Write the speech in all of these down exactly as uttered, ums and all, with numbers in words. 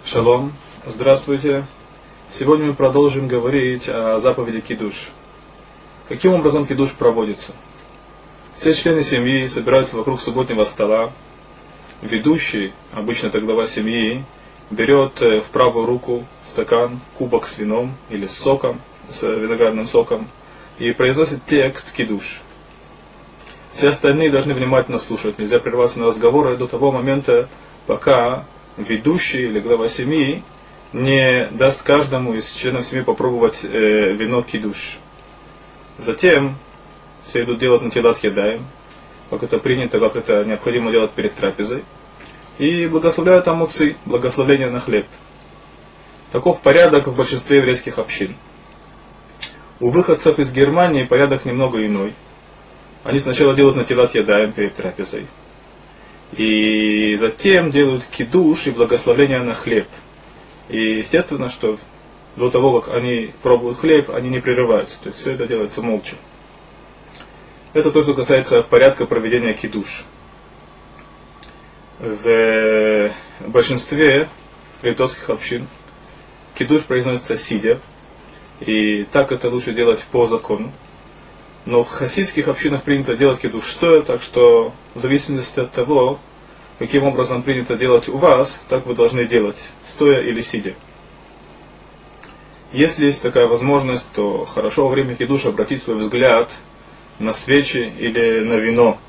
Шалом, здравствуйте. Сегодня мы продолжим говорить о заповеди кидуш. Каким образом кидуш проводится? Все члены семьи собираются вокруг субботнего стола. Ведущий, обычно это глава семьи, берет в правую руку стакан, кубок с вином или с соком, с виноградным соком, и произносит текст кидуш. Все остальные должны внимательно слушать. Нельзя прерваться на разговоры до того момента, пока ведущий или глава семьи не даст каждому из членов семьи попробовать э, вино кидуш. Затем все идут делать натилат ядаим, как это принято, как это необходимо делать перед трапезой, и благословляют амуци, благословление на хлеб. Таков порядок в большинстве еврейских общин. У выходцев из Германии порядок немного иной. Они сначала делают натилат ядаим перед трапезой, и затем делают кидуш и благословление на хлеб. И естественно, что до того, как они пробуют хлеб, они не прерываются. То есть все это делается молча. Это то, что касается порядка проведения кидуш. В большинстве литовских общин кидуш произносится сидя. И так это лучше делать по закону. Но в хасидских общинах принято делать кидуш стоя, так что в зависимости от того, каким образом принято делать у вас, так вы должны делать, стоя или сидя. Если есть такая возможность, то хорошо во время кидуша обратить свой взгляд на свечи или на вино.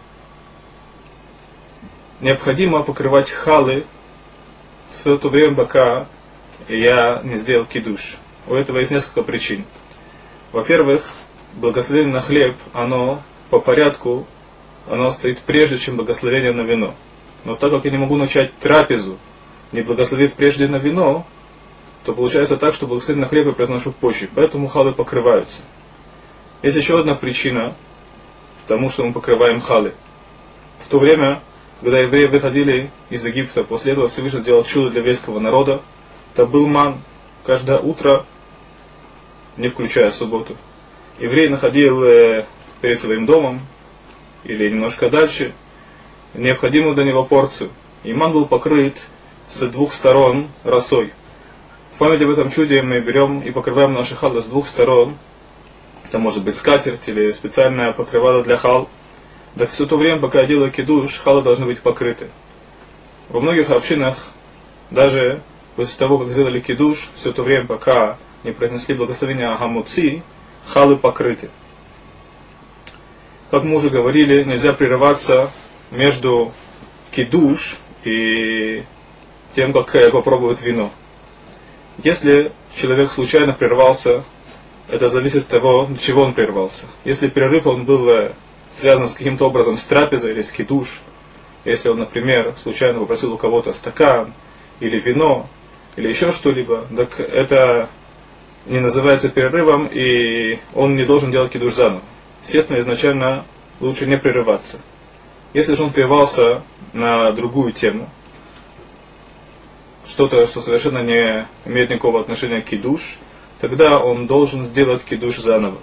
Необходимо покрывать халы все то время, пока я не сделал кидуш. У этого есть несколько причин. Во-первых, благословение на хлеб, оно по порядку, оно стоит прежде, чем благословение на вино. Но так как я не могу начать трапезу, не благословив прежде на вино, то получается так, что благословение на хлеб я произношу позже, поэтому халы покрываются. Есть еще одна причина тому, что мы покрываем халы. В то время, когда евреи выходили из Египта, после этого Всевышний сделал чудо для еврейского народа, это был ман. Каждое утро, не включая субботу, еврей находил э, перед своим домом или немножко дальше необходимую для него порцию. И ман был покрыт с двух сторон росой. В память об этом чуде мы берем и покрываем наши халы с двух сторон. Это может быть скатерть или специальное покрывало для хал. Да все то время, пока я делаю кидуш, халы должны быть покрыты. Во многих общинах, даже после того, как сделали кидуш, все то время, пока не произнесли благословение Агамуци, халы покрыты. Как мы уже говорили, нельзя прерываться между кидуш и тем, как попробует вино. Если человек случайно прервался, это зависит от того, для чего он прервался. Если перерыв он был связан с каким-то образом с трапезой или с кидуш, если он, например, случайно попросил у кого-то стакан или вино, или еще что-либо, так это не называется перерывом, и он не должен делать кидуш заново. Естественно, изначально лучше не прерываться. Если же он прервался на другую тему, что-то, что совершенно не имеет никакого отношения к кидуш, тогда он должен сделать кидуш заново.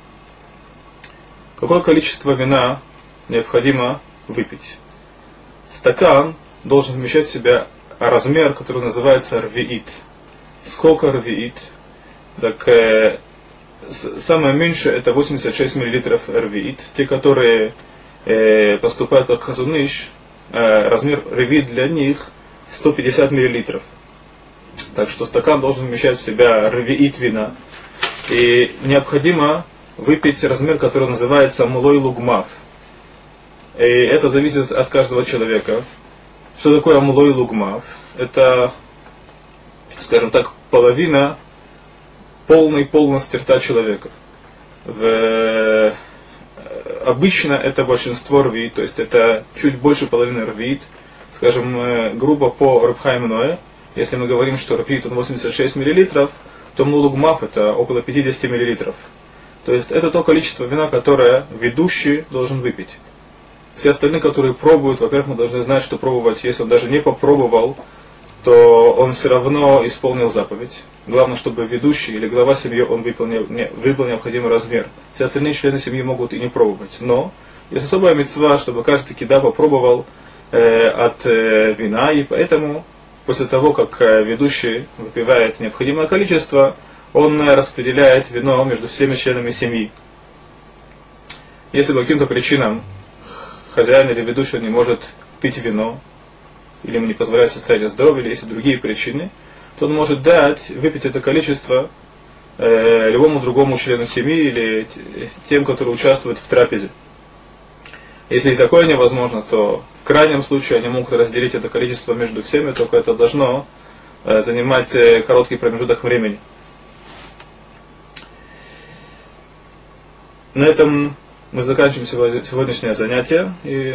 Какое количество вина необходимо выпить? Стакан должен вмещать в себя размер, который называется рвиит. Сколько рвиит? Так, э, самое меньшее это восемьдесят шесть миллилитров рвиит. Те, которые э, поступают как хазуныш, э, размер рвиит для них сто пятьдесят миллилитров. Так что стакан должен вмещать в себя рвиит вина. И необходимо выпить размер, который называется мулой лугмав. И это зависит от каждого человека. Что такое мулой лугмав? Это, скажем так, половина полной полности рта человека. В... Обычно это большинство рвиит, то есть это чуть больше половины рвиит. Скажем, грубо по Рав Хаим Ноэ, если мы говорим, что рвиит он восемьдесят шесть миллилитров, то мулугмав это около пятьдесят миллилитров. То есть это то количество вина, которое ведущий должен выпить. Все остальные, которые пробуют, во-первых, мы должны знать, что пробовать, если он даже не попробовал, то он все равно исполнил заповедь. Главное, чтобы ведущий или глава семьи он выполнил, не, выбрал необходимый размер. Все остальные члены семьи могут и не пробовать. Но есть особая мицва, чтобы каждый кида попробовал э, от э, вина, и поэтому после того, как ведущий выпивает необходимое количество, он распределяет вино между всеми членами семьи. Если по каким-то причинам хозяин или ведущий не может пить вино, или ему не позволяет состояние здоровья, или есть другие причины, то он может дать выпить это количество э, любому другому члену семьи или тем, которые участвуют в трапезе. Если и такое невозможно, то в крайнем случае они могут разделить это количество между всеми, только это должно э, занимать э, короткий промежуток времени. На этом мы заканчиваем сегодняшнее занятие. И